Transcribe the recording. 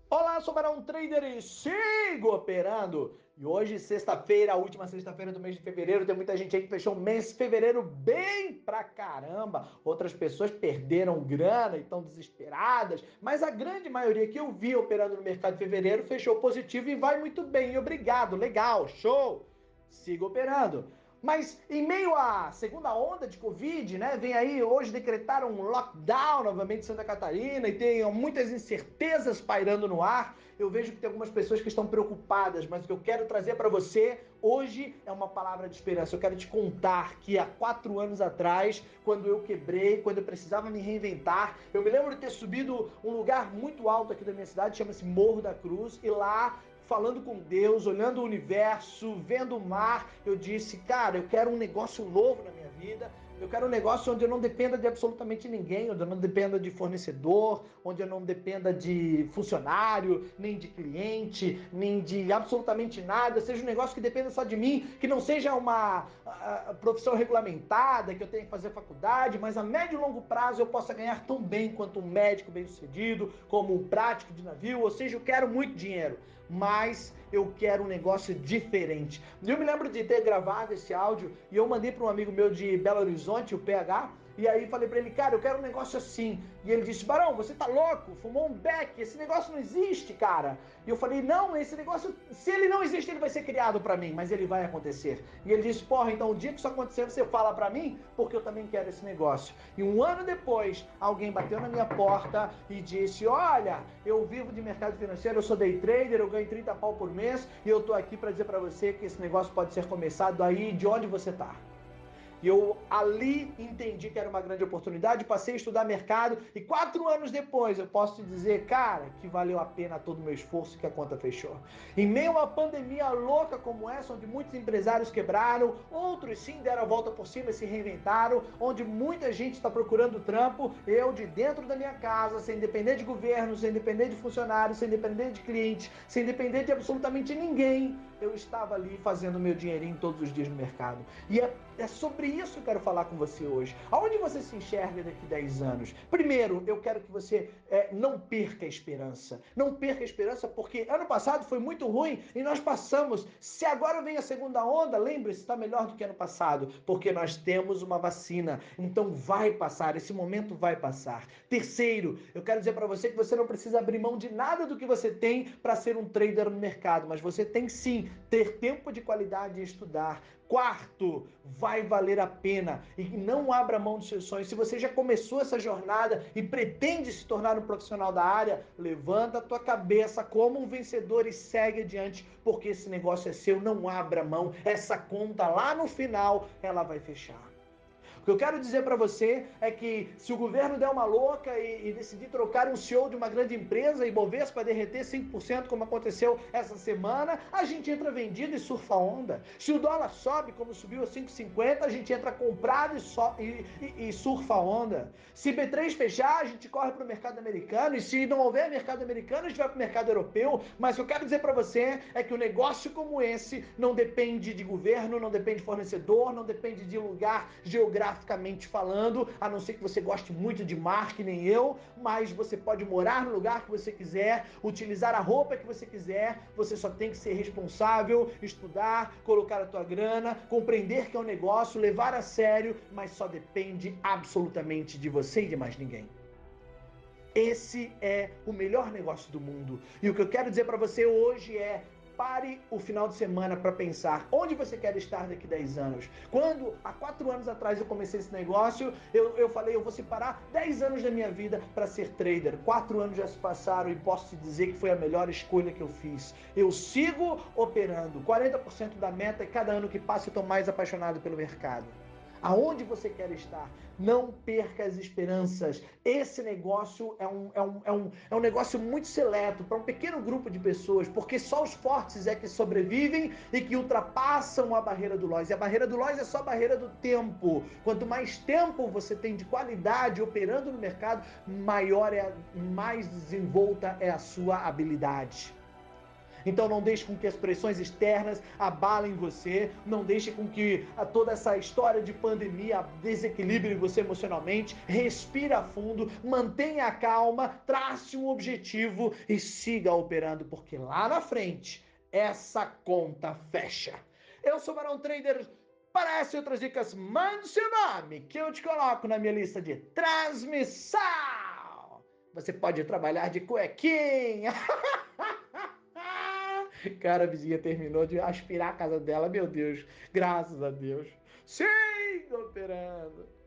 Olá, sou Barão Trader e sigo operando. E hoje, sexta-feira, a última sexta-feira do mês de fevereiro, tem muita gente aí que fechou o mês de fevereiro bem pra caramba. Outras pessoas perderam grana e estão desesperadas, mas a grande maioria que eu vi operando no mercado de fevereiro fechou positivo e vai muito bem. Obrigado, legal, show. Sigo operando. Mas em meio à segunda onda de Covid, né? Vem aí, hoje decretaram um lockdown novamente em Santa Catarina e tem muitas incertezas pairando no ar. Eu vejo que tem algumas pessoas que estão preocupadas, mas o que eu quero trazer para você hoje é uma palavra de esperança. Eu quero te contar que há 4 anos atrás, quando eu quebrei, quando eu precisava me reinventar, eu me lembro de ter subido um lugar muito alto aqui da minha cidade, chama-se Morro da Cruz, e lá falando com Deus, olhando o universo, vendo o mar, eu disse, cara, eu quero um negócio novo na minha vida, eu quero um negócio onde eu não dependa de absolutamente ninguém, onde eu não dependa de fornecedor, onde eu não dependa de funcionário, nem de cliente, nem de absolutamente nada, seja um negócio que dependa só de mim, que não seja uma profissão regulamentada, que eu tenha que fazer faculdade, mas a médio e longo prazo eu possa ganhar tão bem quanto um médico bem-sucedido, como um prático de navio, ou seja, eu quero muito dinheiro, mas eu quero um negócio diferente. Eu me lembro de ter gravado esse áudio e eu mandei para um amigo meu de Belo Horizonte, o PH, e aí falei para ele, cara, eu quero um negócio assim. E ele disse, Barão, você tá louco? Fumou um beck, esse negócio não existe, cara. E eu falei, não, esse negócio, se ele não existe, ele vai ser criado para mim, mas ele vai acontecer. E ele disse, porra, então o dia que isso acontecer, você fala para mim, porque eu também quero esse negócio. E um ano depois, alguém bateu na minha porta e disse, olha, eu vivo de mercado financeiro, eu sou day trader, eu ganho 30 pau por mês, e eu tô aqui para dizer para você que esse negócio pode ser começado aí de onde você tá. E eu ali entendi que era uma grande oportunidade, passei a estudar mercado e 4 anos depois eu posso te dizer, cara, que valeu a pena todo o meu esforço e que a conta fechou. Em meio a uma pandemia louca como essa, onde muitos empresários quebraram, outros sim deram a volta por cima e se reinventaram, onde muita gente está procurando trampo, eu de dentro da minha casa, sem depender de governo, sem depender de funcionários, sem depender de clientes, sem depender de absolutamente ninguém, eu estava ali fazendo meu dinheirinho todos os dias no mercado. E é sobre isso que eu quero falar com você hoje. Aonde você se enxerga daqui a 10 anos? Primeiro, eu quero que você não perca a esperança. Não perca a esperança porque ano passado foi muito ruim e nós passamos. Se agora vem a segunda onda, lembre-se, está melhor do que ano passado, porque nós temos uma vacina. Então vai passar, esse momento vai passar. Terceiro, eu quero dizer para você que você não precisa abrir mão de nada do que você tem para ser um trader no mercado, mas você tem sim ter tempo de qualidade e estudar. Quarto, vai valer a pena e não abra mão dos seus sonhos. Se você já começou essa jornada e pretende se tornar um profissional da área, levanta a tua cabeça como um vencedor e segue adiante, porque esse negócio é seu, não abra mão. Essa conta lá no final, ela vai fechar. O que eu quero dizer para você é que se o governo der uma louca e decidir trocar um CEO de uma grande empresa e Bovespa derreter 5%, como aconteceu essa semana, a gente entra vendido e surfa a onda. Se o dólar sobe, como subiu a 5,50, a gente entra comprado e surfa a onda. Se B3 fechar, a gente corre para o mercado americano, e se não houver mercado americano, a gente vai para o mercado europeu. Mas o que eu quero dizer para você é que um negócio como esse não depende de governo, não depende de fornecedor, não depende de lugar geograficamente falando, a não ser que você goste muito de mar, que nem eu, mas você pode morar no lugar que você quiser, utilizar a roupa que você quiser, você só tem que ser responsável, estudar, colocar a tua grana, compreender que é um negócio, levar a sério, mas só depende absolutamente de você e de mais ninguém. Esse é o melhor negócio do mundo. E o que eu quero dizer para você hoje é: pare o final de semana para pensar onde você quer estar daqui a 10 anos. Quando, há 4 anos atrás, eu comecei esse negócio, eu falei, eu vou separar 10 anos da minha vida para ser trader. 4 anos já se passaram e posso te dizer que foi a melhor escolha que eu fiz. Eu sigo operando. 40% da meta, e cada ano que passa eu estou mais apaixonado pelo mercado. Aonde você quer estar? Não perca as esperanças. Esse negócio é um negócio muito seleto para um pequeno grupo de pessoas, porque só os fortes é que sobrevivem e que ultrapassam a barreira do loss. E a barreira do loss é só a barreira do tempo. Quanto mais tempo você tem de qualidade operando no mercado, mais desenvolta é a sua habilidade. Então não deixe com que as pressões externas abalem você, não deixe com que toda essa história de pandemia desequilibre você emocionalmente. Respira fundo, mantenha a calma, trace um objetivo e siga operando, porque lá na frente essa conta fecha. Eu sou o Barão Trader. Para essas e outras dicas, mande seu nome que eu te coloco na minha lista de transmissão. Você pode trabalhar de cuequinha. Cara, a vizinha terminou de aspirar a casa dela. Meu Deus, graças a Deus. Siga operando.